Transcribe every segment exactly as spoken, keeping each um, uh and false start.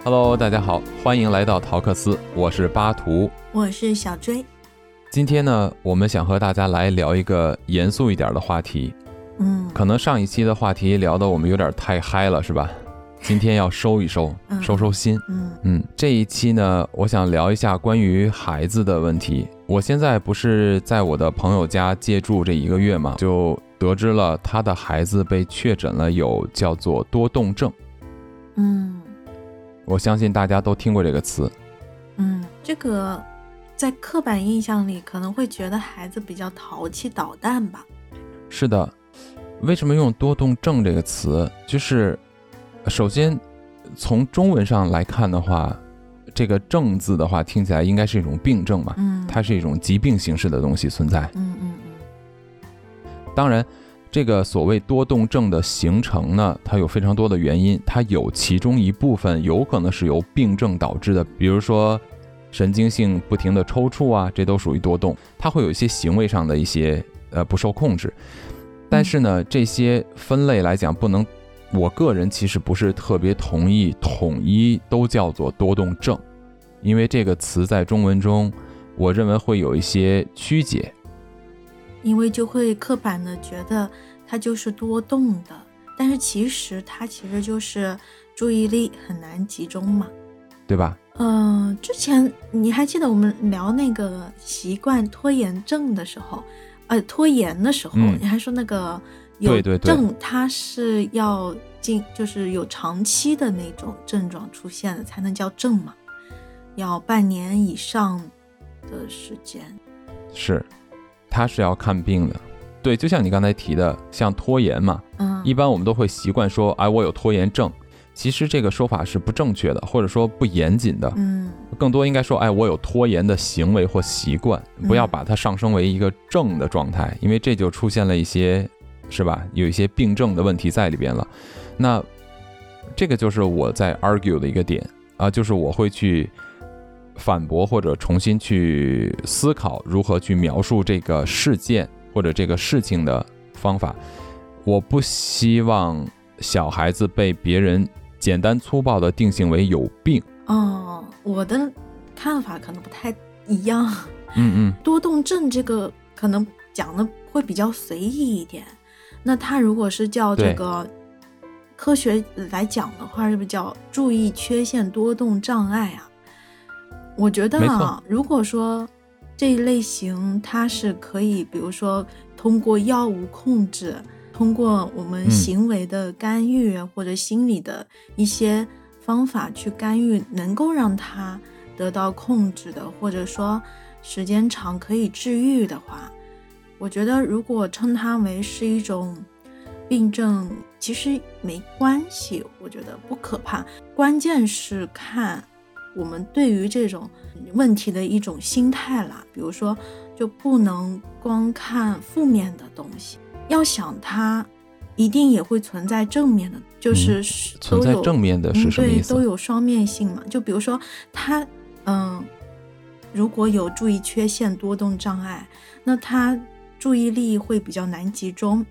Hello， 大家好，欢迎来到陶克斯，我是巴图， 我是小追。 今天呢，我们想和大家来聊一个严肃一点的话题。 嗯， 可能上一期的话题聊的我们有点太嗨了，是吧？今天要收一收， 嗯、 收收心。 嗯嗯，这一期呢，我想聊一下关于孩子的问题。我现在不是在我的朋友家借住这一个月嘛，就得知了他的孩子被确诊了有叫做多动症。 嗯， 我相信大家都听过这个词。 嗯，这个在刻板印象里可能会觉得孩子比较淘气捣蛋吧。 是的，为什么用多动症这个词？就是首先从中文上来看的话，这个症字的话听起来应该是一种病症嘛， 嗯， 它是一种疾病形式的东西存在。 嗯嗯嗯。当然，这个所谓多动症的形成呢，它有非常多的原因，它有其中一部分有可能是由病症导致的，比如说神经性不停的抽搐啊，这都属于多动，它会有一些行为上的一些呃不受控制。但是呢，这些分类来讲不能，我个人其实不是特别同意统一都叫做多动症，因为这个词在中文中我认为会有一些曲解， 因为就会刻板的觉得它就是多动的，但是其实它其实就是注意力很难集中嘛， 对吧？ 嗯、呃，之前你还记得我们聊那个习惯拖延症的时候，呃，拖延的时候， 嗯、 你还说那个有对对对症，它是要进，就是有长期的那种症状出现的才能叫症嘛，要半年以上的时间。 是，它是要看病的。对，就像你刚才提的，像拖延嘛， 嗯， 一般我们都会习惯说，哎，我有拖延症。其实这个说法是不正确的，或者说不严谨的。 嗯， 更多应该说，哎，我有拖延的行为或习惯，不要把它上升为一个症的状态，因为这就出现了一些，是吧？有一些病症的问题在里边了。那这个就是我在 argue 的一个点啊，就是我会去反驳或者重新去思考如何去描述这个事件或者这个事情的方法。我不希望小孩子被别人简单粗暴地定性为有病。 哦，我的看法可能不太一样。 嗯嗯， 多动症这个可能讲的会比较随意一点。那他如果是叫这个科学来讲的话，是不是叫注意缺陷多动障碍啊？我觉得啊，如果说这一类型它是可以，比如说通过药物控制，通过我们行为的干预、嗯、或者心理的一些方法去干预，能够让它得到控制的，或者说时间长可以治愈的话，我觉得如果称它为是一种病症，其实没关系，我觉得不可怕。关键是看我们对于这种问题的一种心态啦，比如说就不能光看负面的东西，要想它一定也会存在正面的，就是都有、 嗯、存在正面的是什么意思？ 嗯、对，都有双面性嘛。就比如说他嗯，如果有注意缺陷多动障碍，那他注意力会比较难集中，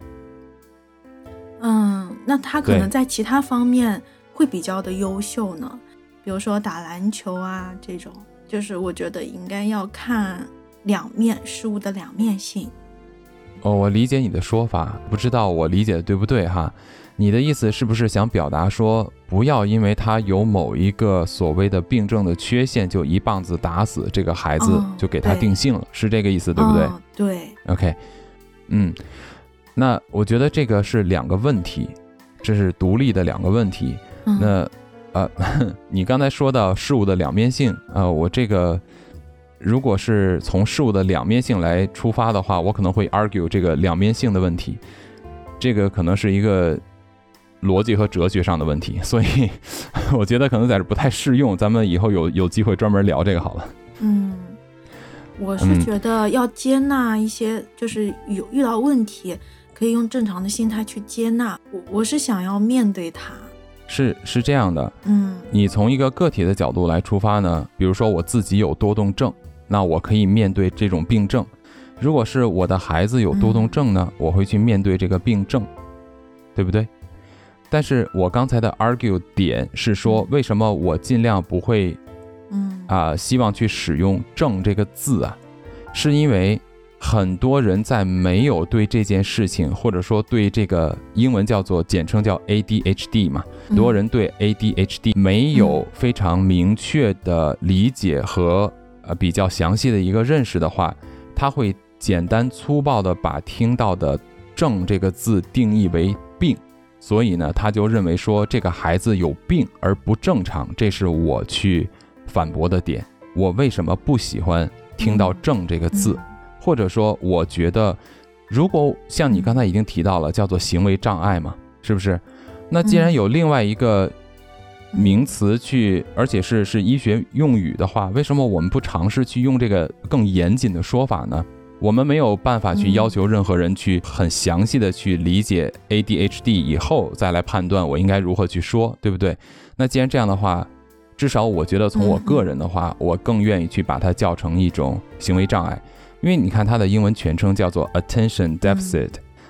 嗯，那他可能在其他方面会比较的优秀呢，比如说打篮球啊这种，就是我觉得应该要看两面事物的两面性。 哦，我理解你的说法，不知道我理解的对不对哈？你的意思是不是想表达说，不要因为他有某一个所谓的病症的缺陷，就一棒子打死这个孩子，哦、就给他定性了，是这个意思对不对？ 哦、对 OK， 嗯，那我觉得这个是两个问题，这是独立的两个问题。嗯、那呃，你刚才说到事物的两面性，呃，我这个如果是从事物的两面性来出发的话，我可能会 argue 这个两面性的问题，这个可能是一个逻辑和哲学上的问题，所以我觉得可能在这不太适用，咱们以后有有机会专门聊这个好了。 嗯，我是觉得要接纳一些，嗯、就是有遇到问题可以用正常的心态去接纳，我我是想要面对它。 是是这样的， 嗯， 你从一个个体的角度来出发呢，比如说我自己有多动症，那我可以面对这种病症。如果是我的孩子有多动症呢，嗯、我会去面对这个病症，对不对？ 但是我刚才的 argue 点是说，为什么我尽量不会嗯啊、呃，希望去使用正这个字啊，是因为很多人在没有对这件事情，或者说对这个英文叫做简称叫 A D H D 嘛，很多人对 A D H D 没有非常明确的理解和呃比较详细的一个认识的话，他会简单粗暴的把听到的正这个字定义为病，所以呢，他就认为说这个孩子有病而不正常，这是我去反驳的点。我为什么不喜欢听到正这个字？或者说我觉得如果像你刚才已经提到了叫做行为障碍嘛，是不是？那既然有另外一个名词去，而且是是医学用语的话，为什么我们不尝试去用这个更严谨的说法呢？我们没有办法去要求任何人去很详细的去理解 A D H D 以后再来判断我应该如何去说，对不对？那既然这样的话，至少我觉得从我个人的话，我更愿意去把它叫成一种行为障碍。因为你看它的英文全称叫做 Attention Deficit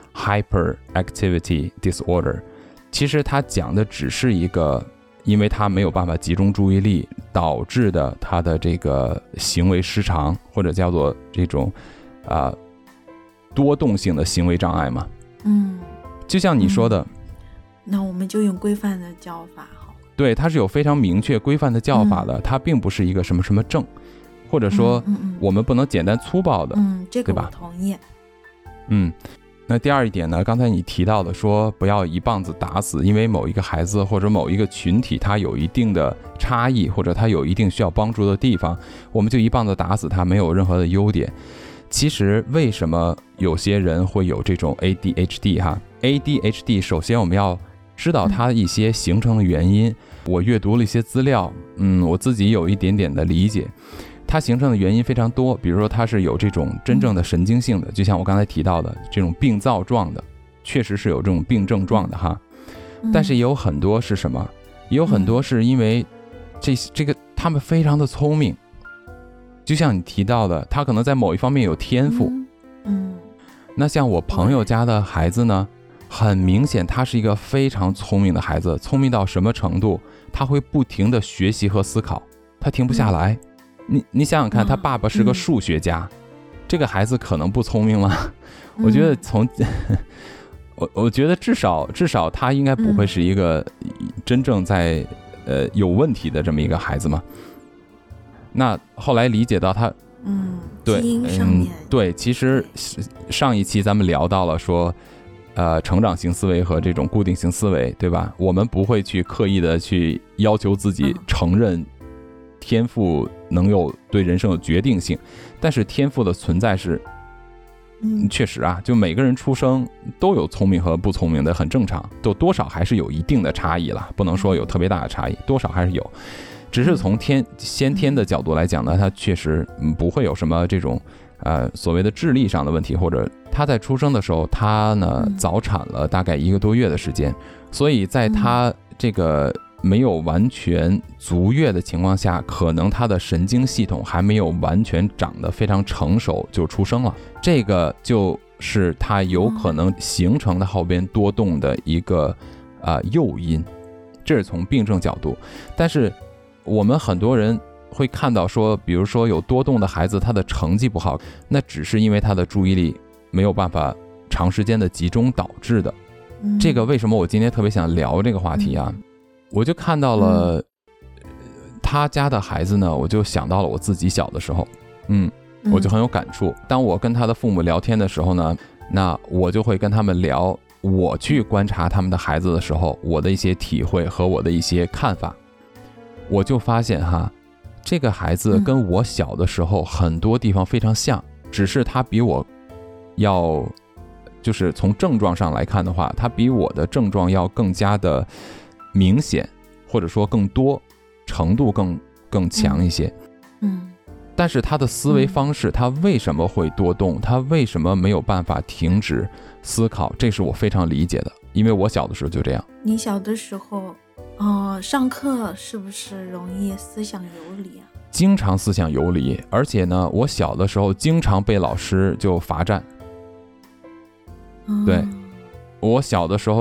Hyperactivity Disorder， 其实它讲的只是一个因为他没有办法集中注意力导致的他的这个行为失常，或者叫做这种啊、呃、多动性的行为障碍嘛。 嗯， 就像你说的、嗯、 那我们就用规范的叫法好。 对，它是有非常明确规范的叫法的、嗯、它并不是一个什么什么症，或者说我们不能简单粗暴的， 嗯，这个我同意。 嗯，那第二一点呢，刚才你提到的说不要一棒子打死，因为某一个孩子或者某一个群体他有一定的差异，或者他有一定需要帮助的地方，我们就一棒子打死他没有任何的优点。其实为什么有些人会有这种 A D H D 哈 A D H D 首先我们要知道它一些形成的原因。我阅读了一些资料，嗯，我自己有一点点的理解。它形成的原因非常多，比如说它是有这种真正的神经性的，就像我刚才提到的这种病灶状的，确实是有这种病症状的哈。但是也有很多是什么？也有很多是因为这这个他们非常的聪明，就像你提到的，他可能在某一方面有天赋。 嗯， 那像我朋友家的孩子呢，很明显他是一个非常聪明的孩子，聪明到什么程度？他会不停的学习和思考，他停不下来。你你想想看，他爸爸是个数学家，嗯、这个孩子可能不聪明吗？我觉得从我我觉得至少至少他应该不会是一个真正在呃有问题的这么一个孩子嘛。那后来理解到他， 嗯， 对， 基因上面， 嗯，对，其实上一期咱们聊到了说。呃，成长型思维和这种固定型思维，对吧？我们不会去刻意的去要求自己承认天赋能有对人生有决定性，但是天赋的存在是，嗯，确实啊，就每个人出生都有聪明和不聪明的，很正常，都多少还是有一定的差异了，不能说有特别大的差异，多少还是有。只是从天先天的角度来讲呢，它确实不会有什么这种。呃，所谓的智力上的问题，或者他在出生的时候，他呢早产了大概一个多月的时间，所以在他这个没有完全足月的情况下，可能他的神经系统还没有完全长得非常成熟就出生了，这个就是他有可能形成的后边多动的一个啊、呃、诱因，这是从病症角度。但是我们很多人。会看到说，比如说有多动的孩子，他的成绩不好，那只是因为他的注意力没有办法长时间的集中导致的。嗯、这个为什么我今天特别想聊这个话题啊？嗯、我就看到了他家的孩子呢，我就想到了我自己小的时候，嗯，我就很有感触。当我跟他的父母聊天的时候呢，那我就会跟他们聊我去观察他们的孩子的时候，我的一些体会和我的一些看法，我就发现哈。这个孩子跟我小的时候很多地方非常像，嗯、只是他比我要，就是从症状上来看的话，他比我的症状要更加的明显，或者说更多，程度更更强一些。 嗯， 但是他的思维方式，他为什么会多动？他为什么没有办法停止思考？这是我非常理解的，因为我小的时候就这样。 你小的时候。哦，上课是不是容易思想游离啊？ 经常思想游离，而且呢，我小的时候经常被老师就罚站。 嗯、 对，我小的时候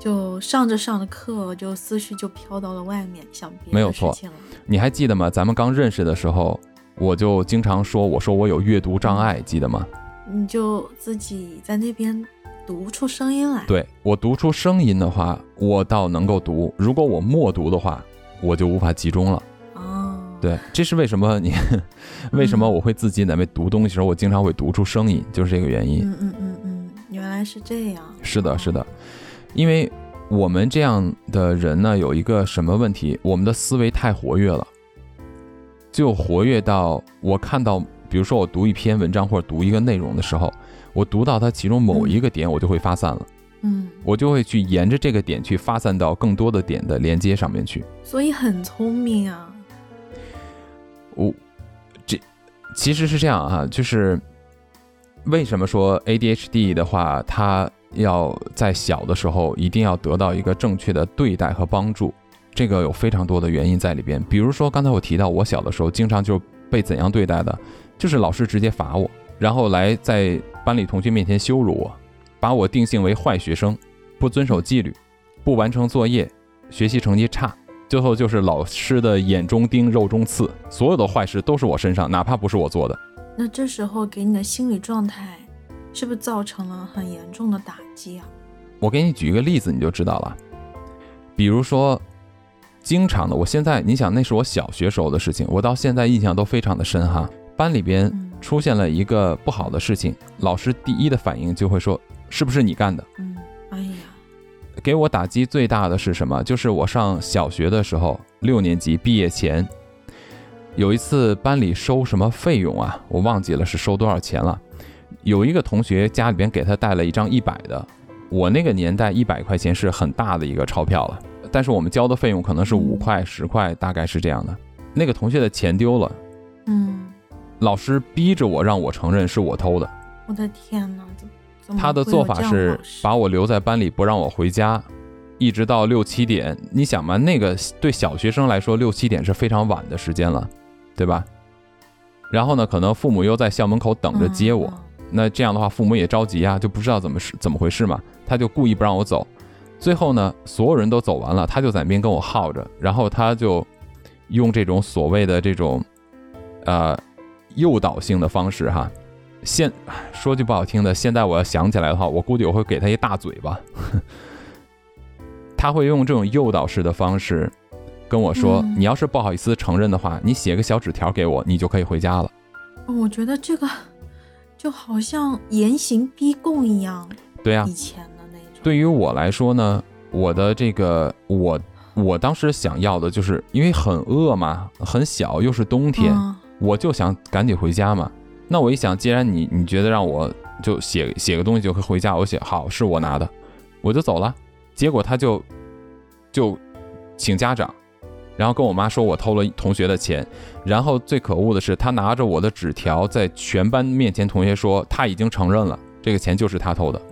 就上着上着课，就思绪就飘到了外面，想别没有错的事情了。 你还记得吗？咱们刚认识的时候，我就经常说，我说我有阅读障碍，记得吗？ 你就自己在那边读出声音来。 对，我读出声音的话，我倒能够读；如果我默读的话，我就无法集中了。 哦， 对，这是为什么你为什么我会自己在那边读东西的时候，我经常会读出声音，就是这个原因。 嗯嗯嗯嗯，原来是这样。 是的，是的，因为我们这样的人呢，有一个什么问题？我们的思维太活跃了，就活跃到我看到，比如说我读一篇文章或者读一个内容的时候，我读到它其中某一个点，我就会发散了。 嗯， 我就会去沿着这个点去发散到更多的点的连接上面去。 所以很聪明啊。 我这其实是这样啊，就是为什么说 A D H D 的话，它要在小的时候一定要得到一个正确的对待和帮助，这个有非常多的原因在里边。比如说刚才我提到我小的时候经常就被怎样对待的，就是老师直接罚我，然后来在班里同学面前羞辱我，把我定性为坏学生，不遵守纪律，不完成作业，学习成绩差，最后就是老师的眼中钉肉中刺，所有的坏事都是我身上，哪怕不是我做的。 那这时候给你的心理状态是不是造成了很严重的打击啊？ 我给你举一个例子你就知道了。比如说经常的，我现在你想那是我小学时候的事情，我到现在印象都非常的深哈。班里边出现了一个不好的事情，老师第一的反应就会说是不是你干的？ 嗯，哎呀， 给我打击最大的是什么？就是我上小学的时候，六年级毕业前，有一次班里收什么费用啊，我忘记了是收多少钱了。有一个同学家里边给他带了一张一百的，我那个年代一百块钱是很大的一个钞票了，但是我们交的费用可能是五块、十块，大概是这样的。那个同学的钱丢了， 嗯， 老师逼着我让我承认是我偷的。 我的天哪！ 他的做法是把我留在班里不让我回家，一直到六七点。你想嘛，那个对小学生来说六七点是非常晚的时间了，对吧？然后呢，可能父母又在校门口等着接我， 嗯、 那这样的话父母也着急啊，就不知道怎么怎么回事嘛，他就故意不让我走。最后呢，所有人都走完了，他就在那边跟我耗着，然后他就用这种所谓的这种呃诱导性的方式哈。现说句不好听的，现在我要想起来的话，我估计我会给他一大嘴巴。他会用这种诱导式的方式跟我说、嗯、你要是不好意思承认的话，你写个小纸条给我，你就可以回家了。 我觉得这个就好像严刑逼供一样。 对啊， 以前的那种。 对于我来说呢，我的这个我我当时想要的就是因为很饿嘛，很小又是冬天、嗯、我就想赶紧回家嘛。那我一想，既然你你觉得让我就写写个东西就可以回家，我写好是我拿的，我就走了。结果他就就请家长，然后跟我妈说我偷了同学的钱，然后最可恶的是他拿着我的纸条在全班面前同学说他已经承认了这个钱就是他偷的。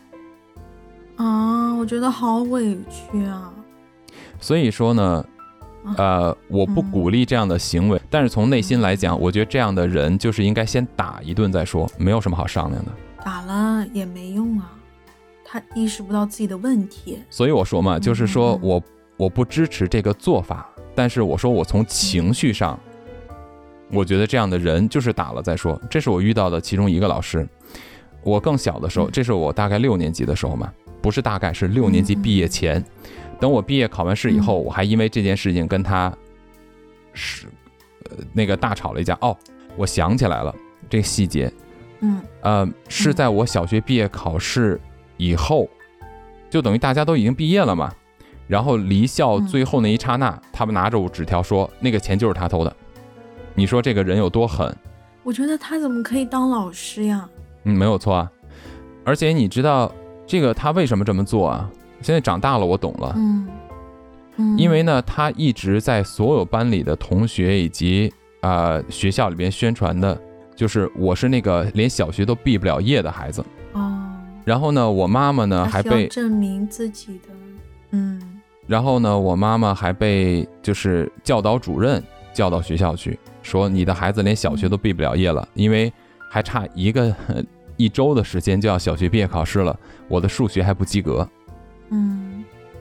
啊，我觉得好委屈啊。 所以说呢呃，我不鼓励这样的行为、嗯、但是从内心来讲、嗯、我觉得这样的人就是应该先打一顿再说，没有什么好商量的。 打了也没用啊，他意识不到自己的问题。 所以我说嘛，就是说我、嗯、我不支持这个做法，但是我说我从情绪上、嗯、我觉得这样的人就是打了再说。这是我遇到的其中一个老师。我更小的时候、嗯、这是我大概六年级的时候嘛，不是大概是六年级毕业前、嗯等我毕业考完试以后、嗯、我还因为这件事情跟他是、呃、那个大吵了一架。哦，我想起来了这个细节。 嗯呃是在我小学毕业考试以后、嗯、就等于大家都已经毕业了嘛，然后离校最后那一刹那、嗯、他们拿着我纸条说那个钱就是他偷的。你说这个人有多狠？ 我觉得他怎么可以当老师呀？ 嗯，没有错啊。而且你知道这个他为什么这么做啊？现在长大了我懂了。 嗯嗯， 因为呢他一直在所有班里的同学以及呃学校里边宣传的就是我是那个连小学都毕不了业的孩子。 哦， 然后呢我妈妈呢还被证明自己的。嗯， 然后呢我妈妈还被就是教导主任叫到学校去说你的孩子连小学都毕不了业了、嗯、因为还差一个一周的时间就要小学毕业考试了，我的数学还不及格。 嗯，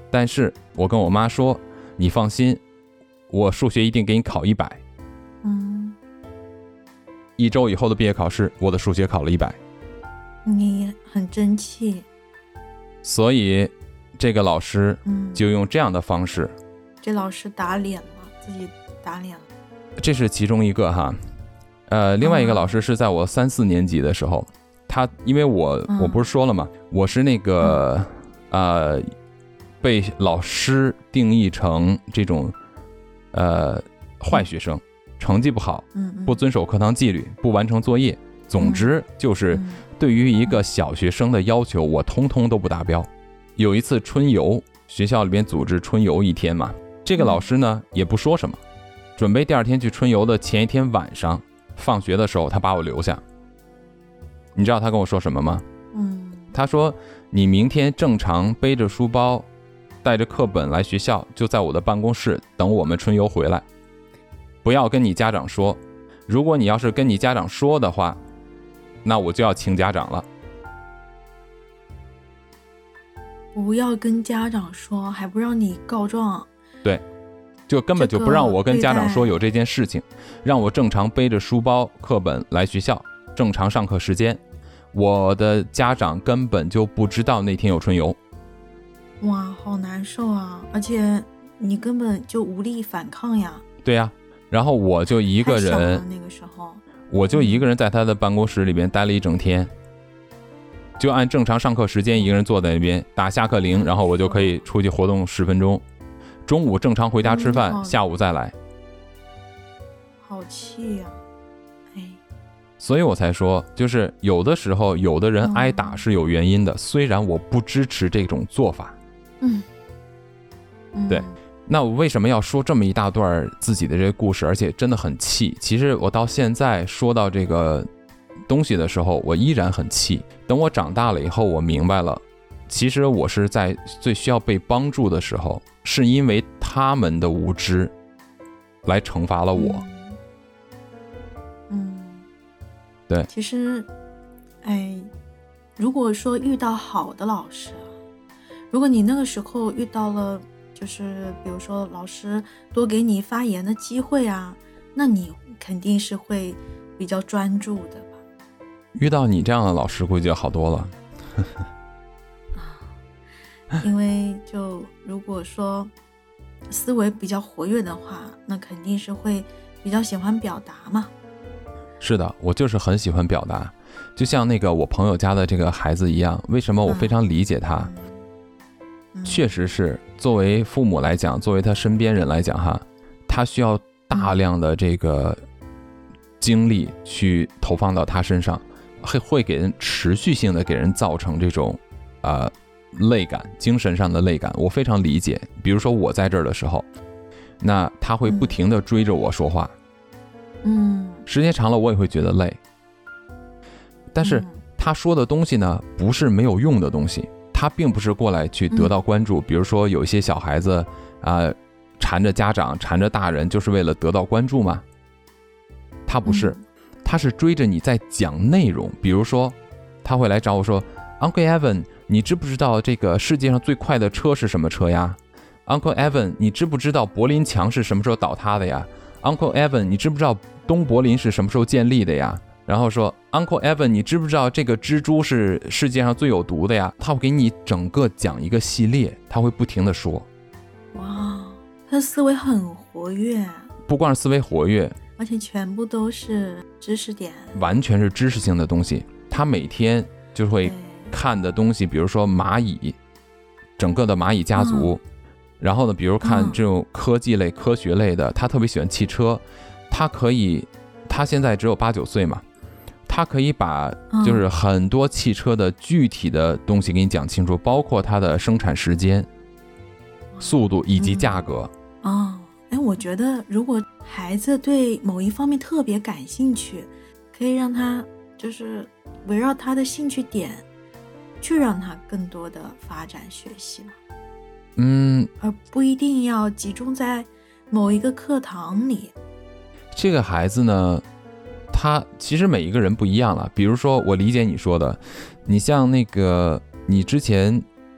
但是我跟我妈说，你放心，我数学一定给你考一百。 嗯， 一周以后的毕业考试，我的数学考了一百。 你很争气。 所以这个老师就用这样的方式、嗯、 这老师打脸了，自己打脸了。 这是其中一个哈，呃，另外一个老师是在我三四年级的时候，他因为我我不是说了吗？我是那个呃被老师定义成这种呃坏学生，成绩不好，不遵守课堂纪律，不完成作业，总之就是对于一个小学生的要求，我通通都不达标。有一次春游，学校里边组织春游一天嘛，这个老师呢也不说什么，准备第二天去春游的前一天晚上，放学的时候他把我留下。你知道他跟我说什么吗？ 嗯， 他说你明天正常背着书包带着课本来学校，就在我的办公室等我们春游回来，不要跟你家长说，如果你要是跟你家长说的话，那我就要请家长了。 不要跟家长说，还不让你告状。 对，就根本就不让我跟家长说有这件事情，让我正常背着书包课本来学校，正常上课时间。我的家长根本就不知道那天有春游。 哇，好难受啊，而且你根本就无力反抗呀。 对呀，然后我就一个人， 那个时候我就一个人在他的办公室里边待了一整天，就按正常上课时间一个人坐在那边打下课铃，然后我就可以出去活动十分钟，中午正常回家吃饭、嗯、下午再来。 好气呀、啊、哎， 所以我才说，就是有的时候有的人挨打是有原因的、嗯、虽然我不支持这种做法。 嗯， 对，那我为什么要说这么一大段自己的这个故事，而且真的很气。其实我到现在说到这个东西的时候，我依然很气。等我长大了以后，我明白了，其实我是在最需要被帮助的时候，是因为他们的无知来惩罚了我。 嗯， 对。 其实，哎，如果说遇到好的老师，如果你那个时候遇到了，就是比如说老师多给你发言的机会啊，那你肯定是会比较专注的吧。 遇到你这样的老师估计就好多了。 因为就如果说思维比较活跃的话，那肯定是会比较喜欢表达嘛。 是的，我就是很喜欢表达，就像那个我朋友家的这个孩子一样，为什么我非常理解他、嗯嗯、确实是作为父母来讲，作为他身边人来讲哈，他需要大量的这个精力去投放到他身上，会会给人持续性的给人造成这种呃累感，精神上的累感，我非常理解。比如说我在这儿的时候，那他会不停的追着我说话， 嗯， 时间长了我也会觉得累。但是他说的东西呢，不是没有用的东西，他并不是过来去得到关注。比如说有一些小孩子啊、呃，缠着家长，缠着大人，就是为了得到关注吗？他不是，他是追着你在讲内容。比如说，他会来找我说 ，Uncle Evan， 你知不知道这个世界上最快的车是什么车呀 ？Uncle Evan， 你知不知道柏林墙是什么时候倒塌的呀 ？Uncle Evan， 你知不知道东柏林是什么时候建立的呀？然后说 Uncle Evan， 你知不知道这个蜘蛛是世界上最有毒的呀？他会给你整个讲一个系列，他会不停的说。 哇，他的思维很活跃。 不光是思维活跃， 而且全部都是知识点， 完全是知识性的东西。他每天就会看的东西，比如说蚂蚁，整个的蚂蚁家族、嗯、然后呢比如看这种科技类、嗯、科学类的，他特别喜欢汽车，他可以他现在只有八九岁嘛，他可以把就是很多汽车的具体的东西给你讲清楚，包括它的生产时间、速度以及价格。 嗯、哦，哎，我觉得如果孩子对某一方面特别感兴趣，可以让他就是围绕他的兴趣点去让他更多的发展学习嘛。 嗯， 而不一定要集中在某一个课堂里。 这个孩子呢，他其实每一个人不一样了。比如说我理解你说的，你像那个你之前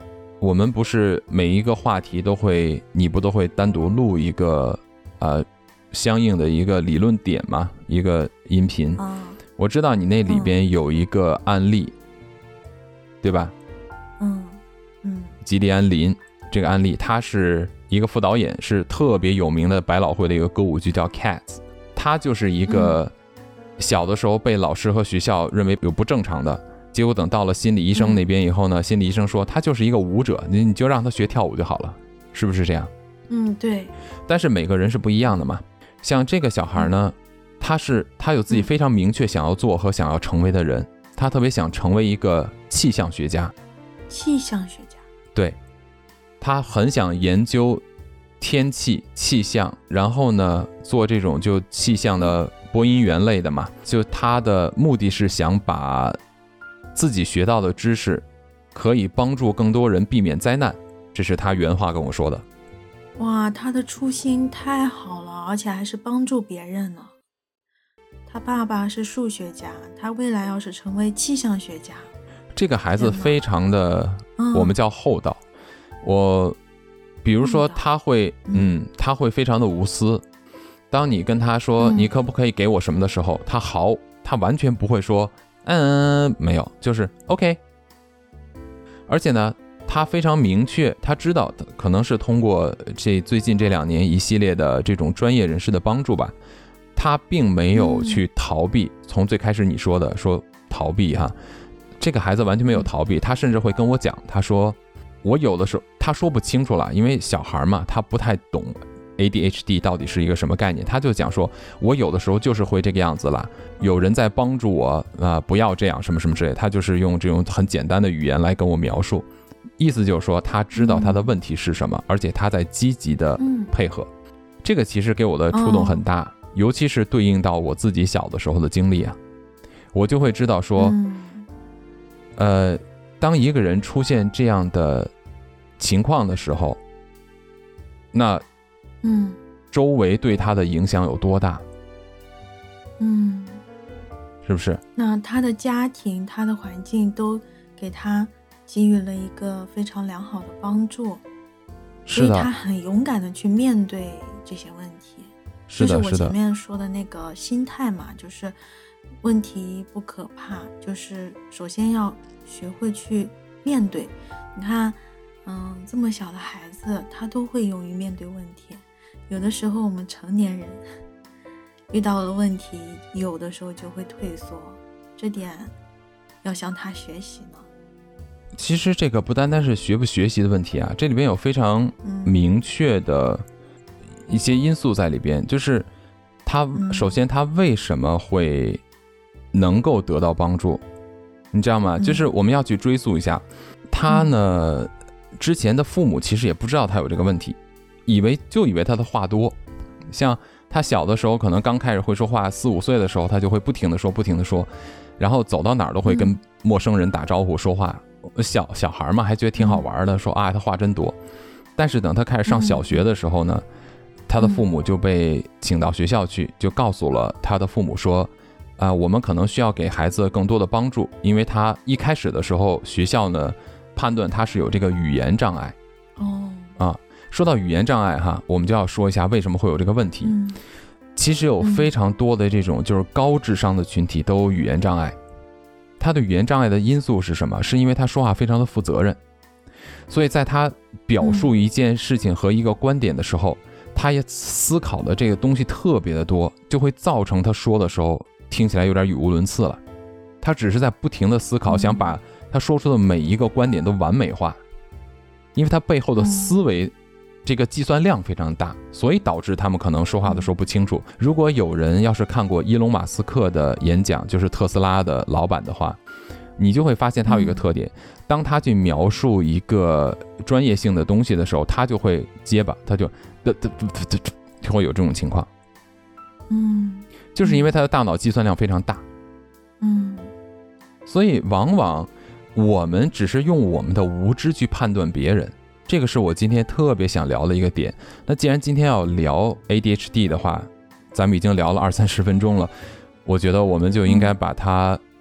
我们不是每一个话题都会，你不都会单独录一个呃相应的一个理论点吗？一个音频。 哦、 我知道你那里边有一个案例，嗯、对吧？ 嗯嗯。 吉利安林这个案例，他是一个副导演，是特别有名的百老汇的一个歌舞剧叫 Cats， 他就是一个小的时候被老师和学校认为有不正常的。结果等到了心理医生那边以后呢，嗯、心理医生说他就是一个舞者，你你就让他学跳舞就好了，是不是这样？ 嗯，对。 但是每个人是不一样的嘛。像这个小孩呢，他是他有自己非常明确想要做和想要成为的人，他特别想成为一个气象学家。 气象学家。 对，他很想研究天气气象，然后呢做这种就气象的播音员类的嘛。就他的目的是想把自己学到的知识可以帮助更多人避免灾难，这是他原话跟我说的。 哇，他的初心太好了，而且还是帮助别人呢。他爸爸是数学家，他未来要是成为气象学家。这个孩子非常的、嗯、我们叫厚道。我比如说他会嗯他会非常的无私。当你跟他说、嗯、你可不可以给我什么的时候，他好他完全不会说嗯，没有，就是 OK。 而且呢他非常明确，他知道可能是通过这最近这两年一系列的这种专业人士的帮助吧，他并没有去逃避、嗯、从最开始你说的说逃避哈，这个孩子完全没有逃避，他甚至会跟我讲，他说我有的时候他说不清楚了，因为小孩嘛他不太懂A D H D 到底是一个什么概念，他就讲说我有的时候就是会这个样子了，有人在帮助我啊、呃，不要这样什么什么之类，他就是用这种很简单的语言来跟我描述，意思就是说他知道他的问题是什么、嗯、而且他在积极的配合、嗯、这个其实给我的触动很大、哦、尤其是对应到我自己小的时候的经历啊，我就会知道说、嗯、呃，当一个人出现这样的情况的时候，那嗯， 周围对他的影响有多大？ 嗯， 是不是？ 那他的家庭、他的环境都给他给予了一个非常良好的帮助， 是的， 所以他很勇敢的去面对这些问题。 是的， 就是我前面说的那个心态嘛，就是问题不可怕，就是首先要学会去面对。你看，嗯，这么小的孩子，他都会勇于面对问题。有的时候我们成年人遇到了问题，有的时候就会退缩，这点要向他学习呢。 其实这个不单单是学不学习的问题啊，这里边有非常明确的一些因素在里边、嗯、就是他首先他为什么会能够得到帮助，你知道吗、嗯、就是我们要去追溯一下他呢、嗯、之前的父母其实也不知道他有这个问题，以为就以为他的话多，像他小的时候可能刚开始会说话，四五岁的时候他就会不停的说不停的说，然后走到哪儿都会跟陌生人打招呼说话、嗯、小小孩嘛还觉得挺好玩的，说啊他话真多。但是等他开始上小学的时候呢、嗯、他的父母就被请到学校去，就告诉了他的父母说啊、呃，我们可能需要给孩子更多的帮助，因为他一开始的时候学校呢判断他是有这个语言障碍。 哦啊，说到语言障碍哈，我们就要说一下为什么会有这个问题、嗯、其实有非常多的这种就是高智商的群体都有语言障碍。他的语言障碍的因素是什么？是因为他说话非常的负责任，所以在他表述一件事情和一个观点的时候、嗯、他也思考的这个东西特别的多，就会造成他说的时候听起来有点语无伦次了。他只是在不停的思考、嗯、想把他说出的每一个观点都完美化，因为他背后的思维、嗯、这个计算量非常大，所以导致他们可能说话的时候不清楚。如果有人要是看过伊隆马斯克的演讲，就是特斯拉的老板的话，你就会发现他有一个特点，当他去描述一个专业性的东西的时候，他就会结巴，他就就会有这种情况。 嗯， 就是因为他的大脑计算量非常大。 嗯， 所以往往我们只是用我们的无知去判断别人，这个是我今天特别想聊的一个点。那既然今天要聊 A D H D 的话，咱们已经聊了二三十分钟了，我觉得我们就应该把它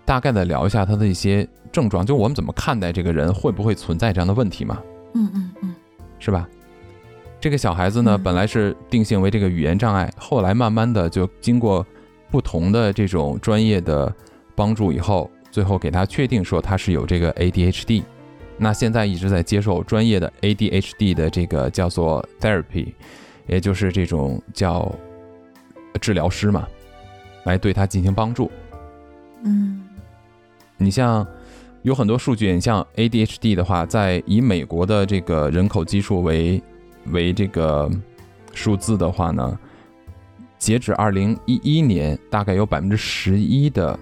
大概的聊一下他的一些症状，就我们怎么看待这个人会不会存在这样的问题嘛？ 嗯嗯嗯， 是吧？这个小孩子呢， 嗯、 本来是定性为这个语言障碍，后来慢慢的就经过不同的这种专业的帮助以后，最后给他确定说他是有这个 A D H D。那现在一直在接受专业的 A D H D 的这个叫做 therapy， 也就是这种叫治疗师嘛，来对他进行帮助。 嗯， 你像有很多数据，你像 A D H D 的话，在以美国的这个人口基数为为这个数字的话呢，截止二零一一年，大概有百分之十一的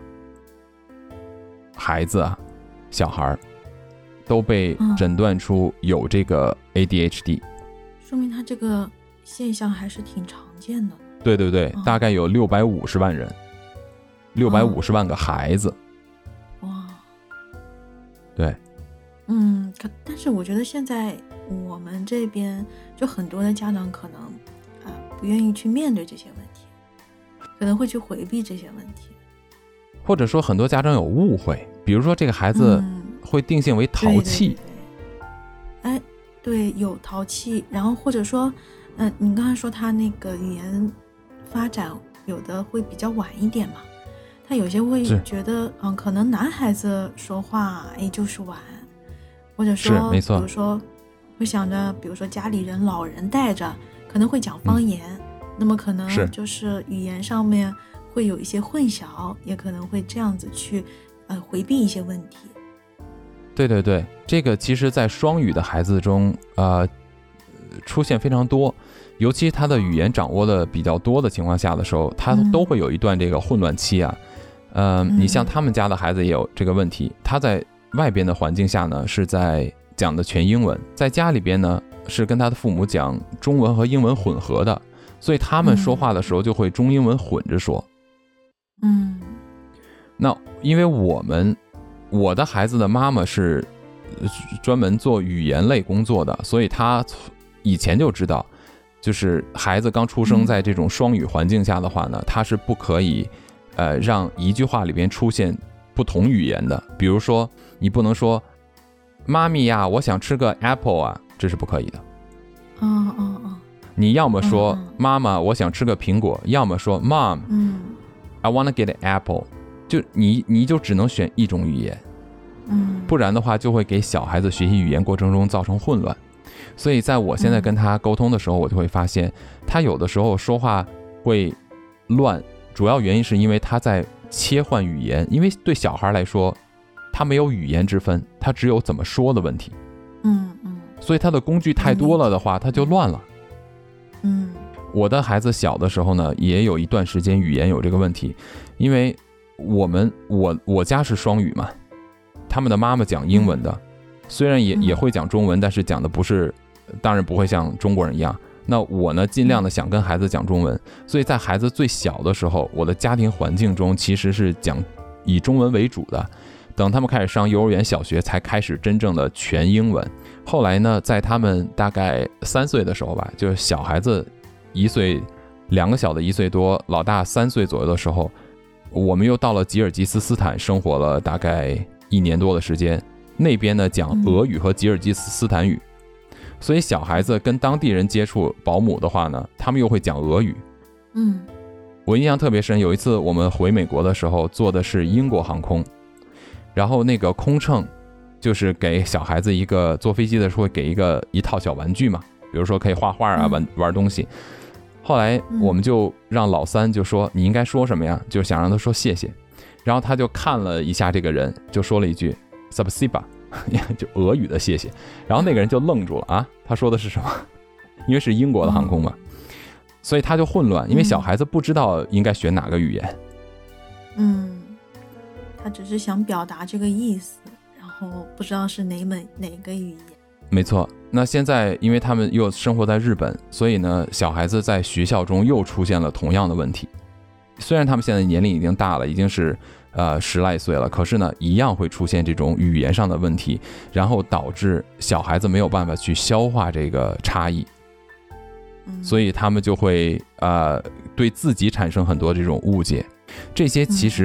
孩子啊，小孩都被诊断出有这个 A D H D，、 嗯、说明他这个现象还是挺常见的。 对对对，嗯、大概有六百五十万人，六百五十万个孩子。 哇， 对， 嗯，可但是我觉得现在我们这边就很多的家长可能啊、呃、不愿意去面对这些问题，可能会去回避这些问题，或者说很多家长有误会，比如说这个孩子会定性为淘气。 嗯、对对对对，哎，对，有淘气，然后或者说，嗯、呃，你刚才说他那个语言发展有的会比较晚一点嘛，他有些会觉得，嗯，可能男孩子说话哎就是晚，或者说， 没错， 比如说会想着，比如说家里人老人带着，可能会讲方言，嗯、那么可能就是语言上面会有一些混淆，也可能会这样子去呃回避一些问题。 对对对，这个其实在双语的孩子中呃出现非常多，尤其他的语言掌握的比较多的情况下的时候，他都会有一段这个混乱期啊。呃、嗯，你像他们家的孩子也有这个问题，他在外边的环境下呢是在讲的全英文，在家里边呢是跟他的父母讲中文和英文混合的，所以他们说话的时候就会中英文混着说。 嗯， 那因为我们我的孩子的妈妈是专门做语言类工作的，所以她以前就知道，就是孩子刚出生在这种双语环境下的话呢，他是不可以呃让一句话里边出现不同语言的。比如说你不能说妈咪呀我想吃个 apple 啊，这是不可以的。 哦哦哦， 你要么说妈妈我想吃个苹果，要么说 mom、 嗯、 I wanna get an apple， 就你你就只能选一种语言， 嗯， 不然的话就会给小孩子学习语言过程中造成混乱。所以在我现在跟他沟通的时候，我就会发现他有的时候说话会乱，主要原因是因为他在切换语言，因为对小孩来说他没有语言之分，他只有怎么说的问题。 嗯嗯， 所以他的工具太多了的话，他就乱了。 嗯， 我的孩子小的时候呢，也有一段时间语言有这个问题，因为我们我我家是双语嘛，他们的妈妈讲英文的，虽然也也会讲中文，但是讲的不是，当然不会像中国人一样。那我呢，尽量的想跟孩子讲中文，所以在孩子最小的时候，我的家庭环境中其实是讲以中文为主的。等他们开始上幼儿园、小学，才开始真正的全英文。后来呢，在他们大概三岁的时候吧，就是小孩子一岁，两个小的一岁多，老大三岁左右的时候，我们又到了吉尔吉斯斯坦生活了大概一年多的时间。那边呢讲俄语和吉尔吉斯斯坦语，所以小孩子跟当地人接触，保姆的话呢，他们又会讲俄语。 嗯， 我印象特别深，有一次我们回美国的时候，坐的是英国航空，然后那个空乘就是给小孩子一个坐飞机的时候会给一个一套小玩具嘛，比如说可以画画啊，玩玩东西。后来我们就让老三就说你应该说什么呀，就想让他说谢谢，然后他就看了一下这个人，就说了一句 Spasiba， 就俄语的谢谢，然后那个人就愣住了啊，他说的是什么？因为是英国的航空嘛，所以他就混乱，因为小孩子不知道应该选哪个语言。 嗯，他只是想表达这个意思，然后不知道是哪门哪个语言。 没错，那现在因为他们又生活在日本，所以呢，小孩子在学校中又出现了同样的问题。虽然他们现在年龄已经大了，已经是呃十来岁了，可是呢，一样会出现这种语言上的问题，然后导致小孩子没有办法去消化这个差异，所以他们就会呃对自己产生很多这种误解。这些其实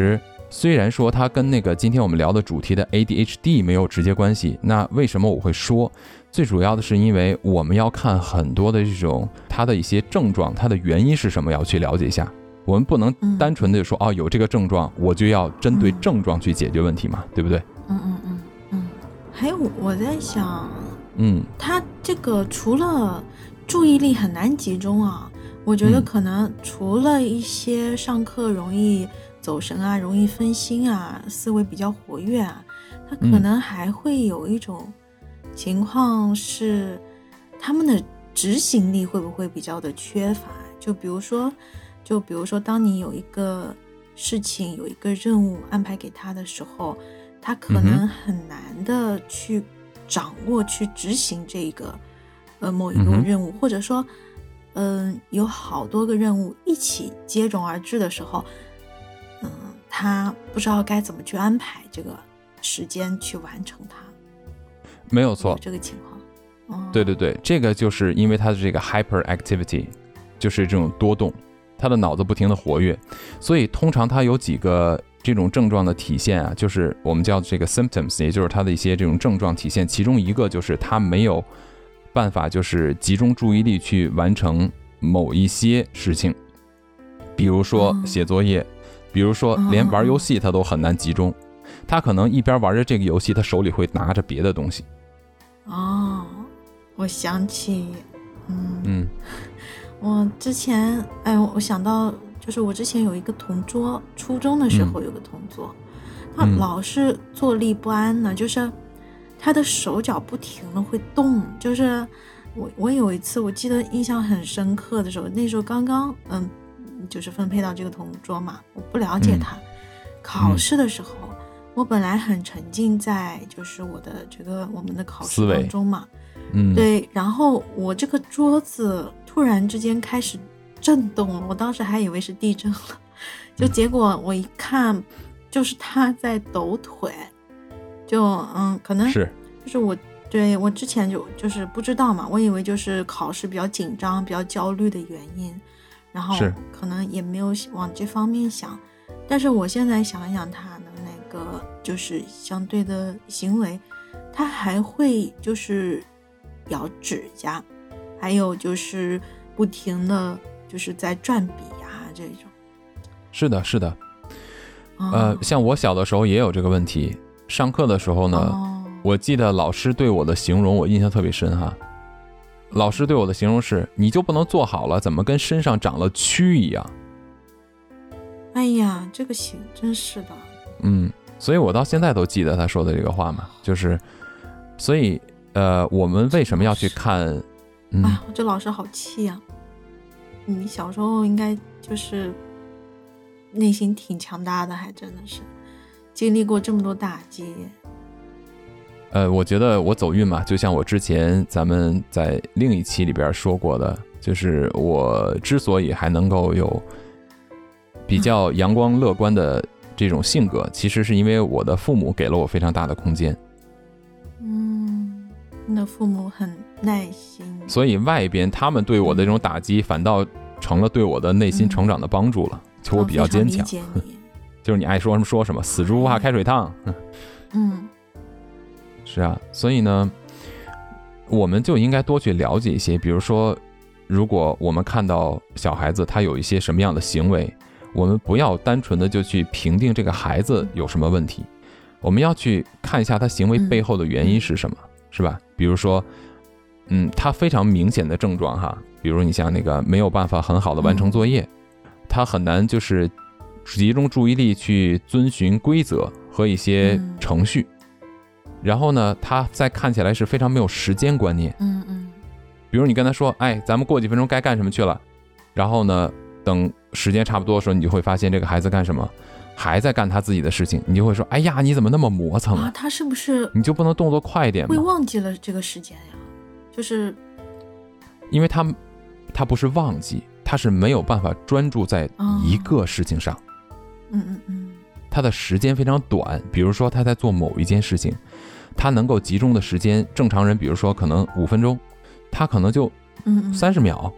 虽然说它跟那个今天我们聊的主题的 A D H D 没有直接关系，那为什么我会说？最主要的是因为我们要看很多的这种它的一些症状，它的原因是什么，要去了解一下。我们不能单纯的说、嗯、哦，有这个症状我就要针对症状去解决问题嘛，嗯、对不对？ 嗯嗯嗯嗯。还有我在想， 嗯， 他这个除了注意力很难集中啊，我觉得可能除了一些上课容易走神啊、容易分心啊、思维比较活跃啊，他可能还会有一种情况是他们的执行力会不会比较的缺乏。就比如说就比如说当你有一个事情有一个任务安排给他的时候，他可能很难的去掌握、嗯、去执行这个呃某一个任务、嗯、或者说嗯、呃，有好多个任务一起接踵而至的时候，嗯，他不知道该怎么去安排这个时间去完成它。 没有错， 有这个情况、哦、 对对对，这个就是因为他的这个 hyperactivity， 就是这种多动，他的脑子不停的活跃，所以通常他有几个这种症状的体现啊，就是我们叫这个 symptoms， 也就是他的一些这种症状体现，其中一个就是他没有办法就是集中注意力去完成某一些事情，比如说写作业、嗯、比如说连玩游戏他都很难集中、嗯、他可能一边玩着这个游戏，他手里会拿着别的东西。 哦，我想起嗯嗯， 我之前哎我想到就是我之前有一个同桌，初中的时候有个同桌、嗯、他老是坐立不安呢、嗯、就是他的手脚不停的会动，就是我我有一次我记得印象很深刻的时候，那时候刚刚嗯就是分配到这个同桌嘛，我不了解他、嗯、考试的时候、嗯、我本来很沉浸在就是我的这个我们的考试当中嘛， 嗯， 对，然后我这个桌子突然之间开始震动了，我当时还以为是地震了，就结果我一看就是他在抖腿，就嗯可能是就是我对我之前就就是不知道嘛，我以为就是考试比较紧张比较焦虑的原因，然后可能也没有往这方面想，但是我现在想想他的那个就是相对的行为，他还会就是咬指甲，还有就是不停的就是在转笔啊这种。 是的是的、哦、呃，像我小的时候也有这个问题，上课的时候呢、哦、我记得老师对我的形容我印象特别深哈，老师对我的形容是你就不能坐好了，怎么跟身上长了蛆一样。 哎呀这个形真是的。 嗯，所以我到现在都记得他说的这个话嘛，就是所以呃，我们为什么要去看？嗯， 哎，这老师好气啊！你小时候应该就是内心挺强大的，还真的是经历过这么多打击。 呃，我觉得我走运嘛，就像我之前咱们在另一期里边说过的，就是我之所以还能够有比较阳光乐观的这种性格，嗯、其实是因为我的父母给了我非常大的空间。 嗯，你的父母很耐心， 所以外边他们对我的这种打击反倒成了对我的内心成长的帮助了，就我比较坚强。就是你爱说什么说什么，死猪不怕开水烫。 嗯， 是啊，所以呢，我们就应该多去了解一些，比如说，如果我们看到小孩子他有一些什么样的行为，我们不要单纯的就去评定这个孩子有什么问题，我们要去看一下他行为背后的原因是什么，嗯、是吧？比如说，嗯，他非常明显的症状哈，比如你像那个没有办法很好的完成作业，嗯、他很难就是集中注意力去遵循规则和一些程序。嗯，然后呢，他再看起来是非常没有时间观念。 嗯嗯。 比如你跟他说，哎，咱们过几分钟该干什么去了，然后呢，等时间差不多的时候，你就会发现这个孩子干什么，还在干他自己的事情，你就会说，哎呀，你怎么那么磨蹭啊？ 啊他是不是？ 你就不能动作快一点吗？ 会忘记了这个时间呀？就是因为他他不是忘记，他是没有办法专注在一个事情上。 嗯嗯嗯。 他的时间非常短，比如说他在做某一件事情，他能够集中的时间，正常人比如说可能五分钟，他可能就三十秒，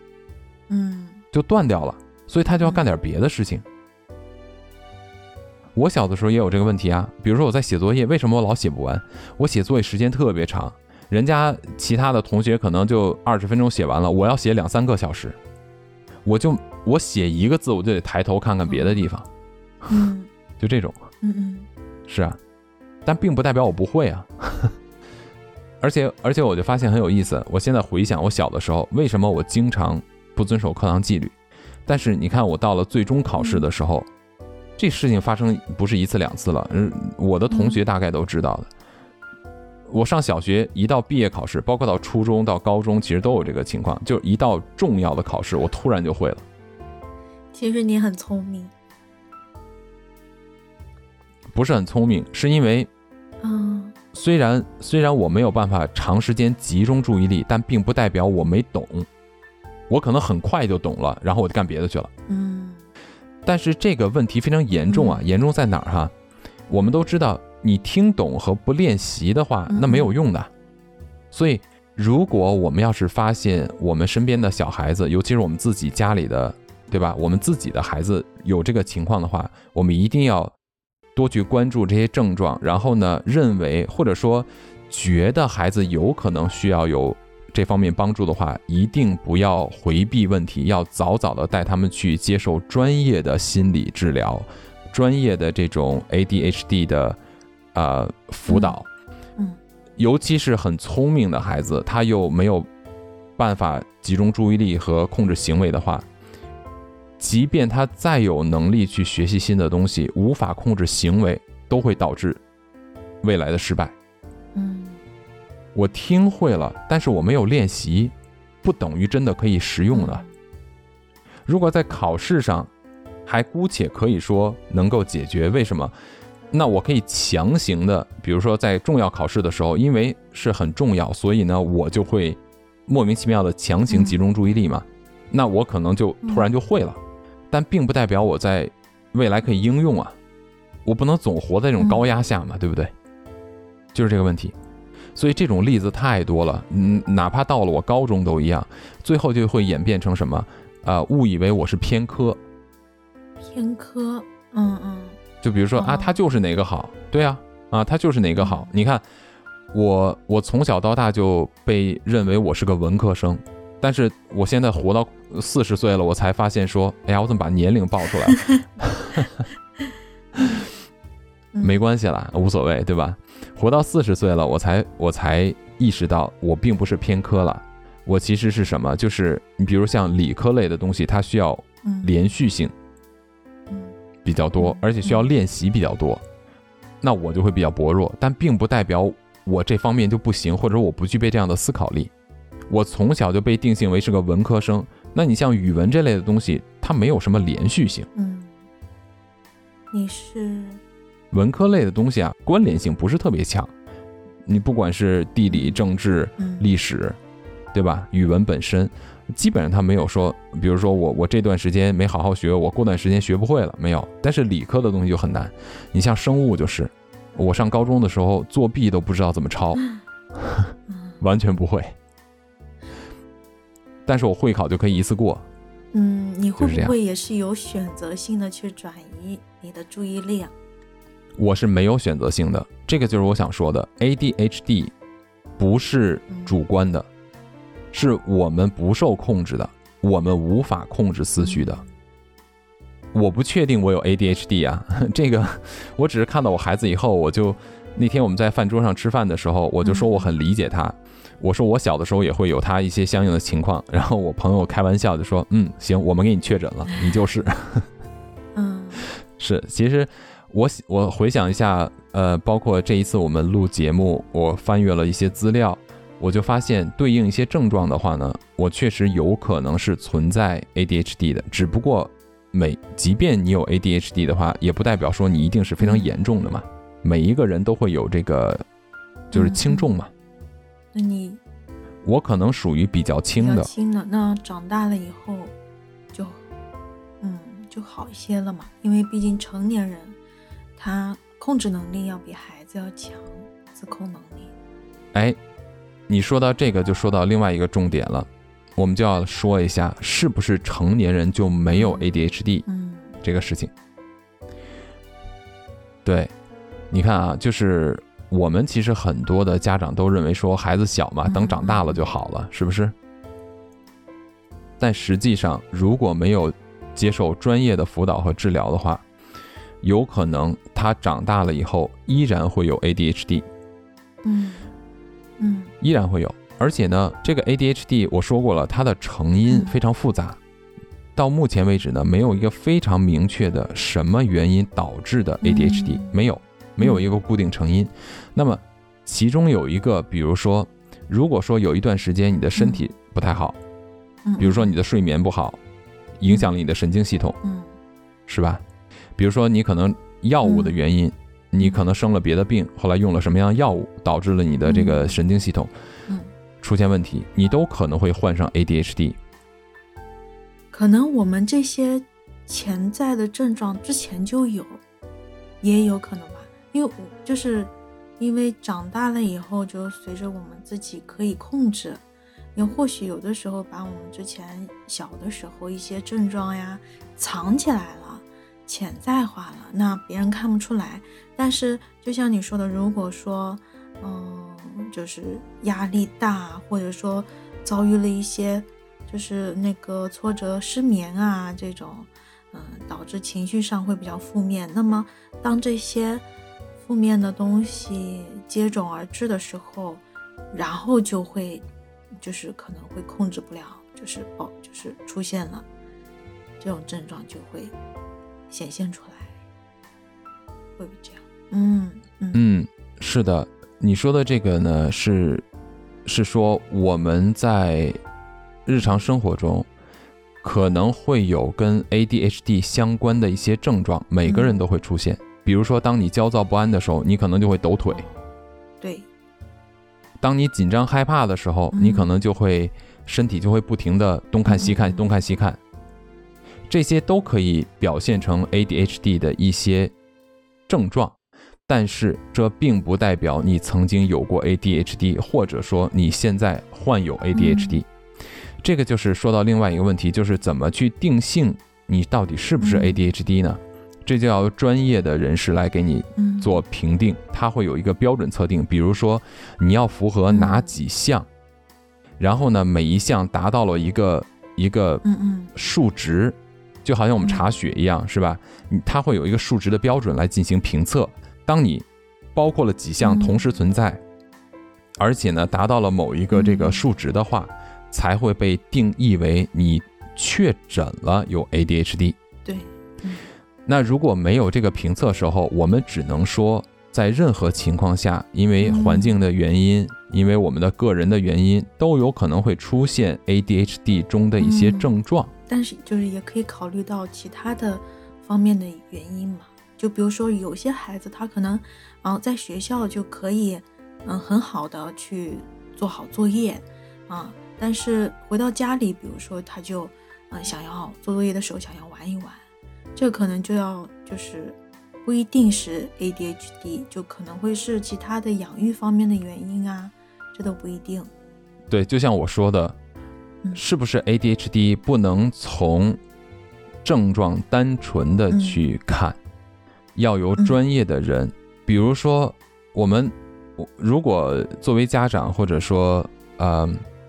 嗯， 就断掉了，所以他就要干点别的事情。 我小的时候也有这个问题啊，比如说我在写作业，为什么我老写不完？我写作业时间特别长，人家其他的同学可能就二十分钟写完了，我要写两三个小时，我就我写一个字我就得抬头看看别的地方， 嗯， 就这种， 嗯嗯， 是啊，但并不代表我不会啊。而且而且我就发现很有意思，我现在回想我小的时候，为什么我经常不遵守课堂纪律，但是你看我到了最终考试的时候，嗯、这事情发生不是一次两次了，我的同学大概都知道的。嗯、我上小学一到毕业考试，包括到初中到高中，其实都有这个情况，就一到重要的考试，我突然就会了。 其实你很聪明， 不是很聪明，是因为， 嗯。 虽然虽然我没有办法长时间集中注意力，但并不代表我没懂，我可能很快就懂了，然后我就干别的去了。 嗯， 但是这个问题非常严重啊，嗯、严重在哪儿哈？我们都知道，你听懂和不练习的话，那没有用的。嗯、所以，如果我们要是发现我们身边的小孩子，尤其是我们自己家里的，对吧？我们自己的孩子有这个情况的话，我们一定要多去关注这些症状，然后呢，认为或者说觉得孩子有可能需要有这方面帮助的话，一定不要回避问题，要早早的带他们去接受专业的心理治疗，专业的这种 A D H D 的呃辅导。 嗯，嗯尤其是很聪明的孩子，他又没有办法集中注意力和控制行为的话，即便他再有能力去学习新的东西，无法控制行为，都会导致未来的失败。 嗯， 我听会了，但是我没有练习，不等于真的可以实用的。如果在考试上还姑且可以说能够解决，为什么？那我可以强行的，比如说在重要考试的时候，因为是很重要，所以呢，我就会莫名其妙的强行集中注意力嘛，那我可能就突然就会了。但并不代表我在未来可以应用啊，我不能总活在这种高压下嘛，嗯、对不对？就是这个问题。所以这种例子太多了，嗯，哪怕到了我高中都一样，最后就会演变成什么？啊、呃，误以为我是偏科。 偏科，嗯嗯。 就比如说、哦、啊，他就是哪个好，对啊，啊，他就是哪个好。嗯、你看，我我从小到大就被认为我是个文科生。但是我现在活到四十岁了，我才发现说，哎呀，我怎么把年龄报出来了？没关系啦，无所谓，对吧？活到四十岁了，我才我才意识到，我并不是偏科了。我其实是什么？就是你比如像理科类的东西，它需要连续性比较多，而且需要练习比较多，那我就会比较薄弱。但并不代表我这方面就不行，或者我不具备这样的思考力。我从小就被定性为是个文科生，那你像语文这类的东西，它没有什么连续性。 嗯，你是文科类的东西啊，关联性不是特别强。你不管是地理、政治、历史，对吧？语文本身，基本上它没有说，比如说我我这段时间没好好学，我过段时间学不会了，没有。但是理科的东西就很难，你像生物就是，我上高中的时候作弊都不知道怎么抄，完全不会。但是我会考就可以一次过。 嗯，你会不会也是有选择性的去转移你的注意力啊？ 我是没有选择性的，这个就是我想说的 A D H D 不是主观的、嗯、是我们不受控制的，我们无法控制思绪的、嗯、我不确定我有 A D H D 啊，这个我只是看到我孩子以后，我就那天我们在饭桌上吃饭的时候，我就说我很理解他、嗯，我说我小的时候也会有他一些相应的情况，然后我朋友开玩笑就说，嗯，行，我们给你确诊了，你就是。 嗯， 是，其实我我回想一下，呃，包括这一次我们录节目，我翻阅了一些资料，我就发现对应一些症状的话呢，我确实有可能是存在 A D H D 的，只不过每即便你有 A D H D 的话，也不代表说你一定是非常严重的嘛，每一个人都会有这个就是轻重嘛。 嗯、那你我可能属于比较轻的， 比较轻的，那长大了以后就嗯就好一些了嘛，因为毕竟成年人他控制能力要比孩子要强，自控能力。 哎，你说到这个就说到另外一个重点了，我们就要说一下是不是成年人就没有 A D H D、嗯、这个事情。 对，你看啊，就是我们其实很多的家长都认为说孩子小嘛，等长大了就好了，是不是？但实际上，如果没有接受专业的辅导和治疗的话，有可能他长大了以后依然会有 A D H D。 嗯嗯， 依然会有。而且呢，这个 A D H D 我说过了，它的成因非常复杂。到目前为止呢，没有一个非常明确的什么原因导致的 A D H D，、嗯、没有，没有一个固定成因。那么其中有一个，比如说，如果说有一段时间你的身体不太好， 嗯、 比如说你的睡眠不好，影响了你的神经系统， 嗯， 是吧？比如说你可能药物的原因。嗯，你可能生了别的病，后来用了什么样的药物，导致了你的这个神经系统出现问题，你都可能会患上 A D H D。 可能我们这些潜在的症状之前就有，也有可能吧，因为就是因为长大了以后，就随着我们自己可以控制，也或许有的时候把我们之前小的时候一些症状呀藏起来了，潜在化了，那别人看不出来。但是就像你说的，如果说嗯，就是压力大，或者说遭遇了一些就是那个挫折、失眠啊这种，嗯，导致情绪上会比较负面，那么当这些负面的东西接踵而至的时候，然后就会就是可能会控制不了，就是哦就是出现了这种症状，就会显现出来，会不会这样？嗯嗯嗯，是的，你说的这个呢，是是说我们在日常生活中可能会有跟 A D H D 相关的一些症状，每个人都会出现。嗯、比如说，当你焦躁不安的时候，你可能就会抖腿。 对。 当你紧张害怕的时候，你可能就会、嗯、身体就会不停地东看西看，嗯、东看西看。这些都可以表现成 A D H D 的一些症状。但是这并不代表你曾经有过 A D H D， 或者说你现在患有 A D H D。嗯、这个就是说到另外一个问题，就是怎么去定性你到底是不是 A D H D 呢？嗯、这就要专业的人士来给你做评定，他会有一个标准测定，比如说你要符合哪几项，然后呢，每一项达到了一个一个数值，就好像我们查血一样，是吧？它会有一个数值的标准来进行评测。当你包括了几项同时存在，嗯、而且呢达到了某一个这个数值的话，嗯、才会被定义为你确诊了有 A D H D。 对，嗯、 那如果没有这个评测时候，我们只能说在任何情况下，因为环境的原因，嗯、因为我们的个人的原因，都有可能会出现 A D H D 中的一些症状。 嗯、但是就是也可以考虑到其他的方面的原因嘛。就比如说有些孩子他可能嗯、呃、在学校就可以嗯、呃、很好的去做好作业啊、呃，但是回到家里，比如说他就嗯、呃、想要做作业的时候想要玩一玩，这可能就要就是不一定是 A D H D， 就可能会是其他的养育方面的原因啊，这都不一定。 对，就像我说的， 嗯、 是不是 A D H D 不能从症状单纯的去看。嗯，要由专业的人，嗯、比如说我们如果作为家长或者说呃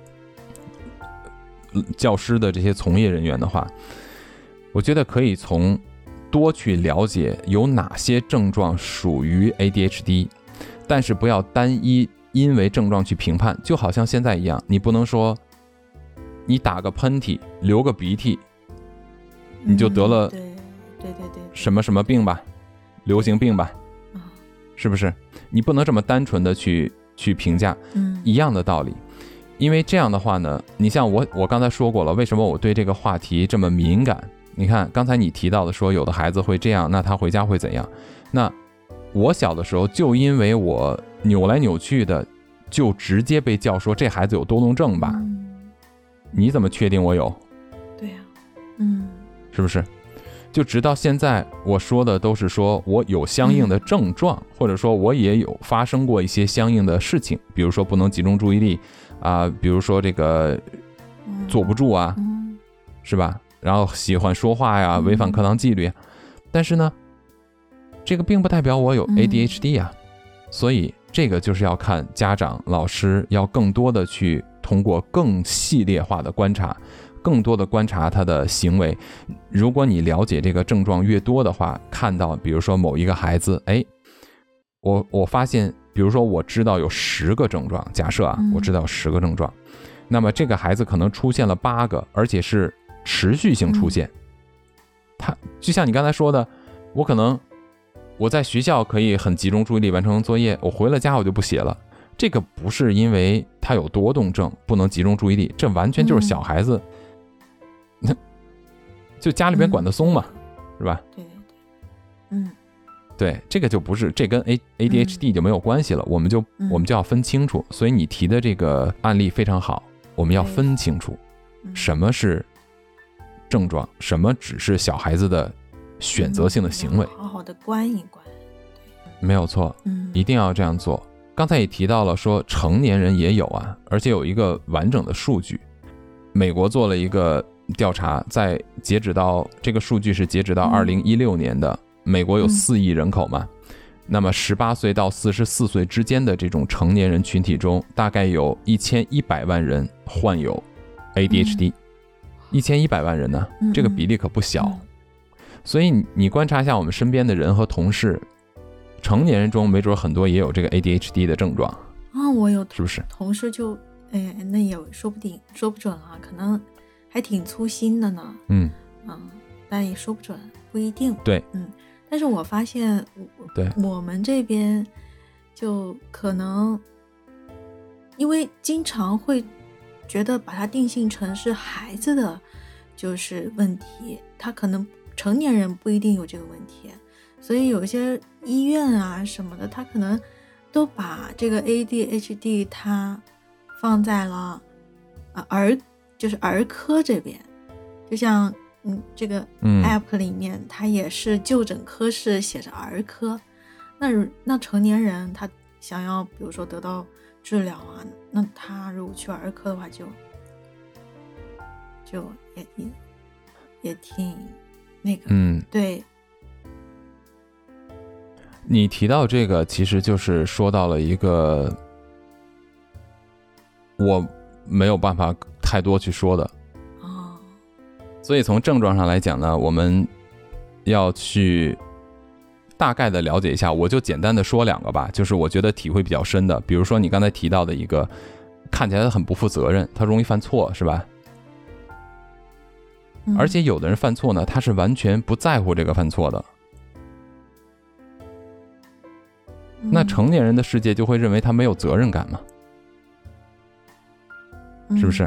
教师的这些从业人员的话，我觉得可以从多去了解有哪些症状属于 A D H D， 但是不要单一因为症状去评判。就好像现在一样，你不能说你打个喷嚏流个鼻涕你就得了对对对对什么什么病吧，流行病吧，是不是？你不能这么单纯的去去评价， 嗯， 一样的道理。因为这样的话呢，你像我我刚才说过了，为什么我对这个话题这么敏感？你看刚才你提到的说有的孩子会这样，那他回家会怎样？那我小的时候就因为我扭来扭去的，就直接被叫说这孩子有多动症吧？ 嗯、 你怎么确定我有？ 对呀、啊，嗯， 是不是？就直到现在我说的都是说我有相应的症状，嗯、或者说我也有发生过一些相应的事情，比如说不能集中注意力啊、呃，比如说这个坐不住啊， 嗯、 是吧？然后喜欢说话呀，违反课堂纪律。嗯、但是呢，这这个并不代表我有 A D H D 啊、嗯、所以这个就是要看家长老师要更多的去通过更系列化的观察，更多的观察他的行为。如果你了解这个症状越多的话，看到比如说某一个孩子，哎，我我发现比如说我知道有十个症状，假设啊我知道有十个症状、嗯、那么这个孩子可能出现了八个，而且是持续性出现、嗯、他就像你刚才说的，我可能我在学校可以很集中注意力完成作业，我回了家我就不写了，这个不是因为他有多动症不能集中注意力，这完全就是小孩子、嗯、就家里边管得松嘛、嗯、是吧？ 对对对，嗯， 对，这个就不是，这跟 A D H D 就没有关系了、嗯、我们就我们就要分清楚。所以你提的这个案例非常好，我们要分清楚什么是症状，什么只是小孩子的选择性的行为， 好好的观一观， 没有错，嗯，一定要这样做。刚才也提到了说成年人也有啊，而且有一个完整的数据。美国做了一个调查，在截止到这个数据是截止到二零一六年的、嗯、美国有四亿人口嘛、嗯、那么十八岁到四十四岁之间的这种成年人群体中，大概有一千一百万人患有 A D H D、嗯、一千一百万人呢，这个比例可不小、嗯、所以你观察一下我们身边的人和同事，成年人中没准很多也有这个 A D H D 的症状啊，我有是不是同事就哎，那也说不定，说不准啊，可能还挺粗心的呢。 嗯嗯，但也说不准，不一定。 对， 嗯，但是我发现， 对， 我们这边就可能因为经常会觉得把它定性成是孩子的就是问题，他可能成年人不一定有这个问题，所以有些医院啊什么的，他可能都把这个 A D H D 它放在了、呃、儿就是儿科这边，就像嗯这个 app 里面、嗯、它也是就诊科室写着儿科，那那成年人他想要比如说得到治疗啊，那他如果去儿科的话就就也也也挺那个， 嗯， 对。 你提到这个其实就是说到了一个我没有办法太多去说的、 哦、 所以从症状上来讲呢，我们要去大概的了解一下，我就简单的说两个吧，就是我觉得体会比较深的，比如说你刚才提到的一个看起来很不负责任，他容易犯错是吧、嗯、而且有的人犯错呢，他是完全不在乎这个犯错的，那成年人的世界就会认为他没有责任感嘛，是不是、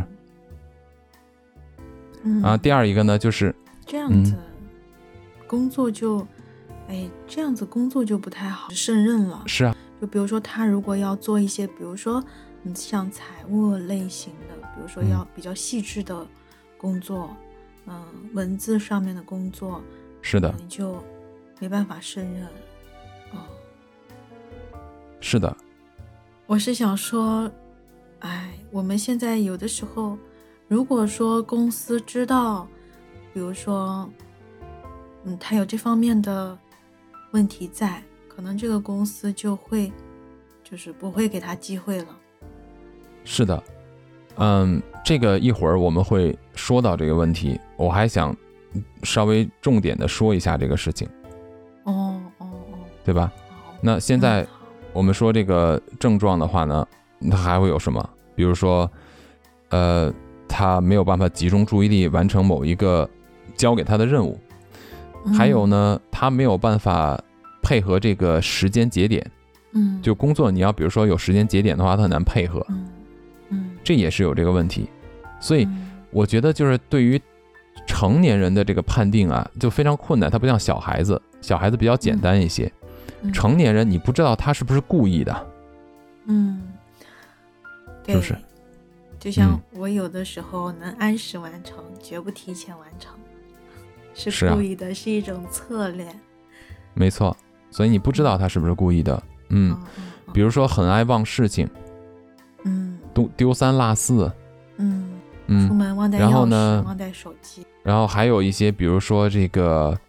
嗯、 啊？第二一个呢，就是这样子、嗯、工作就哎这样子工作就不太好胜任了。 是啊， 就比如说他如果要做一些比如说嗯像财务类型的，比如说要比较细致的工作，嗯、呃、文字上面的工作， 是的， 你就没办法胜任。哦， 是的， 我是想说哎，我们现在有的时候如果说公司知道比如说嗯，他有这方面的问题在，可能这个公司就会就是不会给他机会了。 是的，嗯，这个一会儿我们会说到这个问题，我还想稍微重点的说一下这个事情。 哦哦哦， 对吧？那现在我们说这个症状的话呢，它还会有什么？比如说，呃，他没有办法集中注意力完成某一个交给他的任务，还有呢，他没有办法配合这个时间节点。 嗯， 就工作你要比如说有时间节点的话，他很难配合。 嗯嗯， 这也是有这个问题。所以我觉得就是对于成年人的这个判定啊，就非常困难。他不像小孩子，小孩子比较简单一些。 嗯、 成年人你不知道他是不是故意的。 嗯，对， 是不是？ 就像我有的时候能按时完成，嗯、绝不提前完成，是故意的， 是,、啊、是一种策略。 没错，所以你不知道他是不是故意的。嗯，嗯嗯嗯比如说很爱忘事情， 嗯， 丢丢三落四， 嗯嗯， 出门忘带钥匙， 然后呢， 忘带手机， 然后还有一些，比如说这个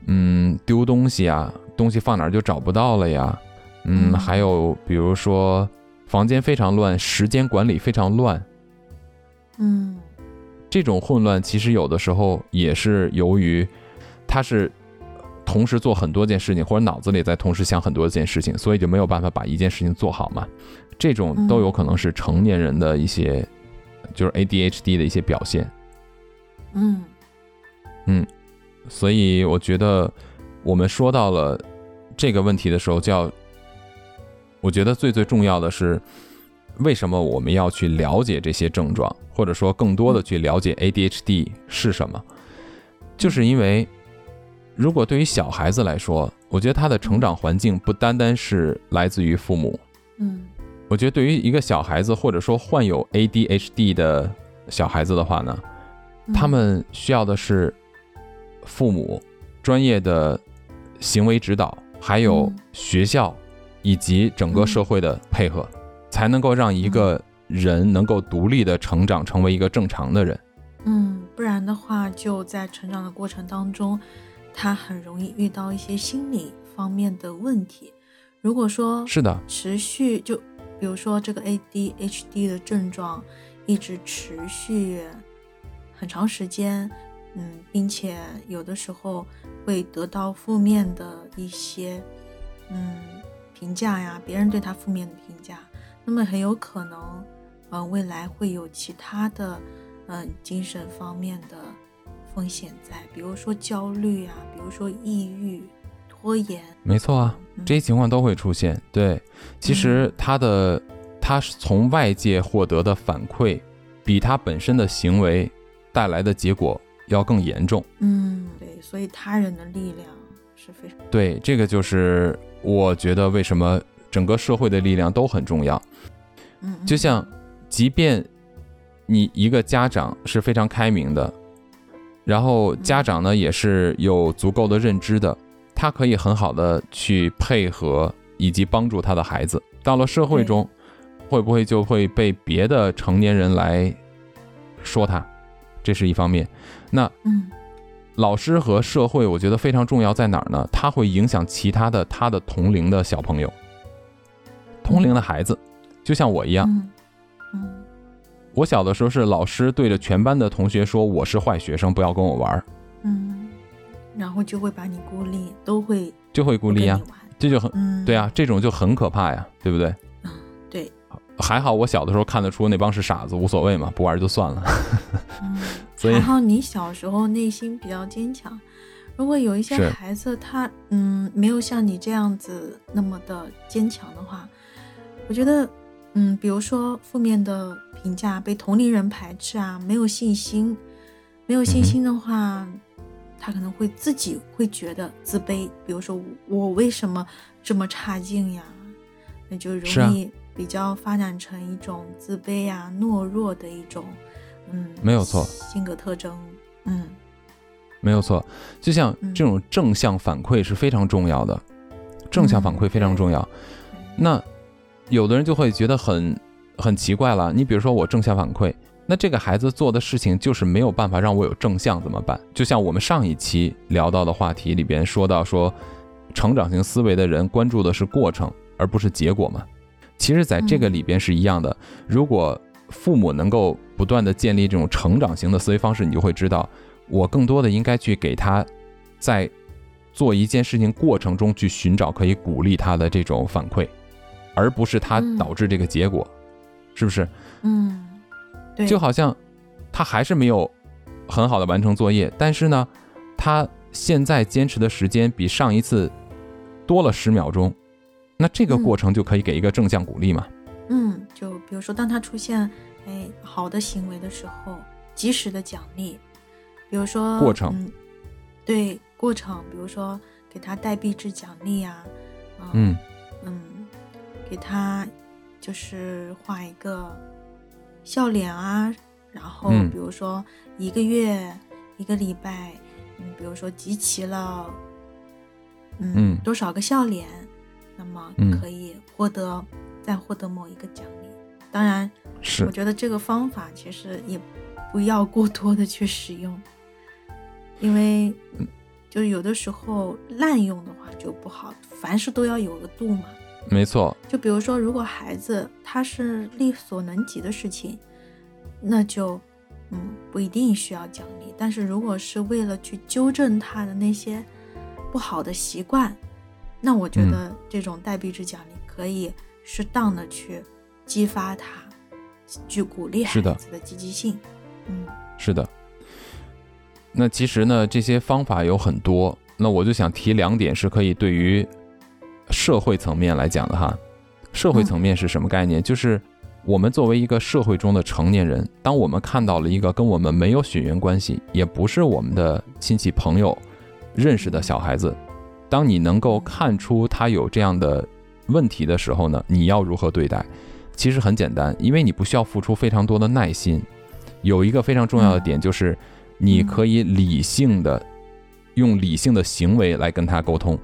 嗯，丢东西啊，东西放哪儿就找不到了呀，嗯， 嗯还有比如说房间非常乱，时间管理非常乱， 嗯这种混乱其实有的时候也是由于他是同时做很多件事情，或者脑子里在同时想很多件事情，所以就没有办法把一件事情做好嘛。这种都有可能是成年人的一些，就是 A D H D 的一些表现。 嗯嗯，所以我觉得我们说到了这个问题的时候，就要，我觉得最最重要的是，为什么我们要去了解这些症状，或者说更多的去了解 A D H D 是什么？就是因为，如果对于小孩子来说，我觉得他的成长环境不单单是来自于父母。 嗯， 我觉得对于一个小孩子，或者说患有 A D H D 的小孩子的话呢，他们需要的是父母专业的行为指导，还有学校以及整个社会的配合，才能够让一个人能够独立的成长，成为一个正常的人。 嗯，不然的话，就在成长的过程当中，他很容易遇到一些心理方面的问题。如果说是的， 持续就比如说这个 A D H D 的症状一直持续很长时间，嗯，并且有的时候会得到负面的一些嗯评价呀，别人对他负面的评价，那么很有可能，呃，未来会有其他的，嗯、呃，精神方面的风险在，比如说焦虑啊，比如说抑郁、拖延。 没错啊，这些情况都会出现。对，其实他的、嗯、他从外界获得的反馈，比他本身的行为带来的结果要更严重。 嗯，对，所以他人的力量是非常对，这个就是我觉得为什么整个社会的力量都很重要。 嗯， 就像即便你一个家长是非常开明的，然后家长呢也是有足够的认知的，他可以很好的去配合以及帮助他的孩子。到了社会中，会不会就会被别的成年人来说他？这是一方面。那嗯， 老师和社会我觉得非常重要在哪儿呢？它会影响其他的他的同龄的小朋友，同龄的孩子，就像我一样。 嗯嗯， 我小的时候是老师对着全班的同学说我是坏学生，不要跟我玩。 嗯，然后就会把你孤立，都会就会孤立啊，这就很、 嗯、 对啊，这种就很可怕呀，对不对？ 嗯，对。 还好我小的时候看得出那帮是傻子，无所谓嘛，不玩就算了。 嗯， 所以还好你小时候内心比较坚强。如果有一些孩子他嗯没有像你这样子那么的坚强的话，我觉得嗯，比如说负面的评价，被同龄人排斥啊，没有信心，没有信心的话、嗯、他可能会自己会觉得自卑，比如说我为什么这么差劲呀，那就容易比较发展成一种自卑啊、懦弱的一种嗯， 没有错， 性格特征。嗯， 没有错，就像这种正向反馈是非常重要的、嗯、正向反馈非常重要、嗯、那有的人就会觉得很很奇怪了，你比如说我正向反馈，那这个孩子做的事情就是没有办法让我有正向怎么办？就像我们上一期聊到的话题里边说到说，成长型思维的人关注的是过程而不是结果嘛。其实在这个里边是一样的、嗯、如果父母能够不断的建立这种成长型的思维方式，你就会知道我更多的应该去给他在做一件事情过程中去寻找可以鼓励他的这种反馈，而不是他导致这个结果、嗯、是不是？ 嗯，对， 就好像他还是没有很好的完成作业，但是呢他现在坚持的时间比上一次多了十秒钟，那这个过程就可以给一个正向鼓励嘛。 嗯，就比如说当他出现哎好的行为的时候，及时的奖励，比如说过程、 嗯、对过程，比如说给他代币制奖励啊， 嗯嗯，给他就是画一个笑脸啊，然后比如说一个月、嗯、一个礼拜，嗯，比如说集齐了嗯, 嗯多少个笑脸，那么可以获得、嗯、再获得某一个奖励。当然是我觉得这个方法其实也不要过多的去使用，因为就是有的时候滥用的话就不好，凡事都要有个度嘛。 没错， 就比如说，如果孩子他是力所能及的事情，那就嗯不一定需要奖励。但是如果是为了去纠正他的那些不好的习惯，那我觉得这种代币制奖励可以适当的去激发他，去鼓励孩子的积极性。嗯， 是的。那其实呢，这些方法有很多，那我就想提两点是可以对于社会层面来讲的哈。社会层面是什么概念？嗯、就是我们作为一个社会中的成年人，当我们看到了一个跟我们没有血缘关系，也不是我们的亲戚朋友认识的小孩子，当你能够看出他有这样的问题的时候呢，你要如何对待？其实很简单，因为你不需要付出非常多的耐心。有一个非常重要的点，就是你可以理性的用理性的行为来跟他沟通。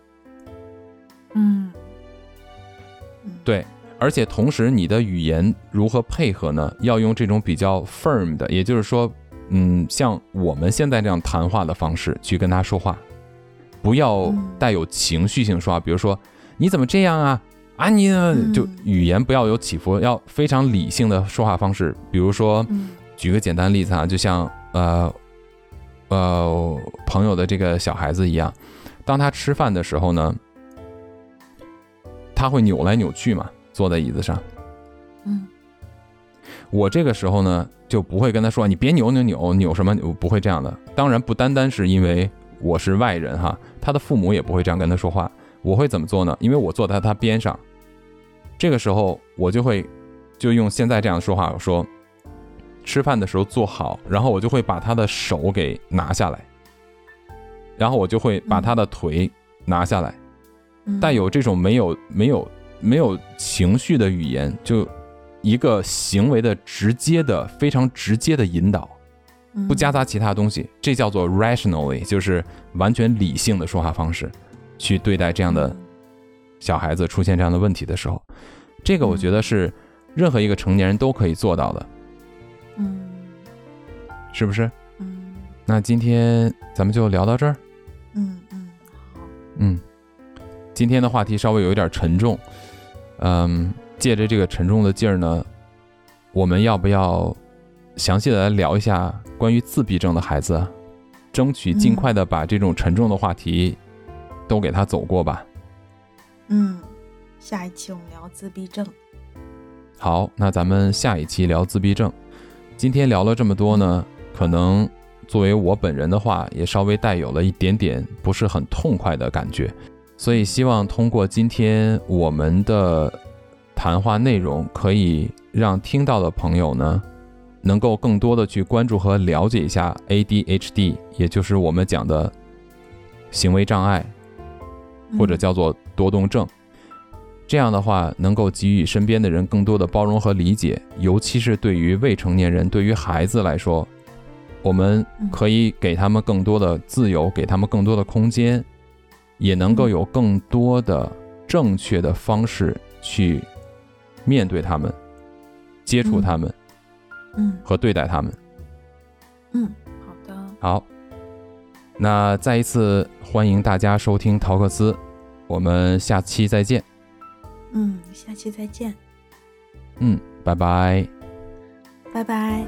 嗯， 对，而且同时你的语言如何配合呢？要用这种比较 firm 的，也就是说，嗯，像我们现在这样谈话的方式去跟他说话，不要带有情绪性说话，比如说你怎么这样啊？啊，你就语言不要有起伏，要非常理性的说话方式。比如说，举个简单例子啊，就像呃呃朋友的这个小孩子一样，当他吃饭的时候呢，他会扭来扭去嘛，坐在椅子上。 嗯， 我这个时候呢就不会跟他说你别扭扭扭扭什么，我不会这样的。当然不单单是因为我是外人哈，他的父母也不会这样跟他说话。我会怎么做呢？因为我坐在他边上，这个时候我就会就用现在这样说话，我说吃饭的时候坐好，然后我就会把他的手给拿下来，然后我就会把他的腿拿下来，带有这种没有没有没有情绪的语言，就一个行为的直接的非常直接的引导，不夹杂其他东西，这叫做 rationally， 就是完全理性的说话方式去对待这样的小孩子出现这样的问题的时候，这个我觉得是任何一个成年人都可以做到的。 嗯， 是不是？ 嗯， 那今天咱们就聊到这儿。 嗯嗯，好。 嗯，今天的话题稍微有一点沉重，嗯，借着这个沉重的劲儿呢，我们要不要详细的来聊一下关于自闭症的孩子，争取尽快的把这种沉重的话题都给他走过吧。 嗯，下一期我们聊自闭症。 好，那咱们下一期聊自闭症。今天聊了这么多呢，可能作为我本人的话，也稍微带有了一点点不是很痛快的感觉，所以希望通过今天我们的谈话内容，可以让听到的朋友呢，能够更多的去关注和了解一下 A D H D， 也就是我们讲的行为障碍，或者叫做多动症。这样的话能够给予身边的人更多的包容和理解，尤其是对于未成年人，对于孩子来说，我们可以给他们更多的自由，给他们更多的空间，也能够有更多的正确的方式去面对他们，接触他们， 嗯， 和对待他们。 嗯，好的。 好，那再一次欢迎大家收听陶克斯，我们下期再见。 嗯，下期再见。 嗯，拜拜。 拜拜。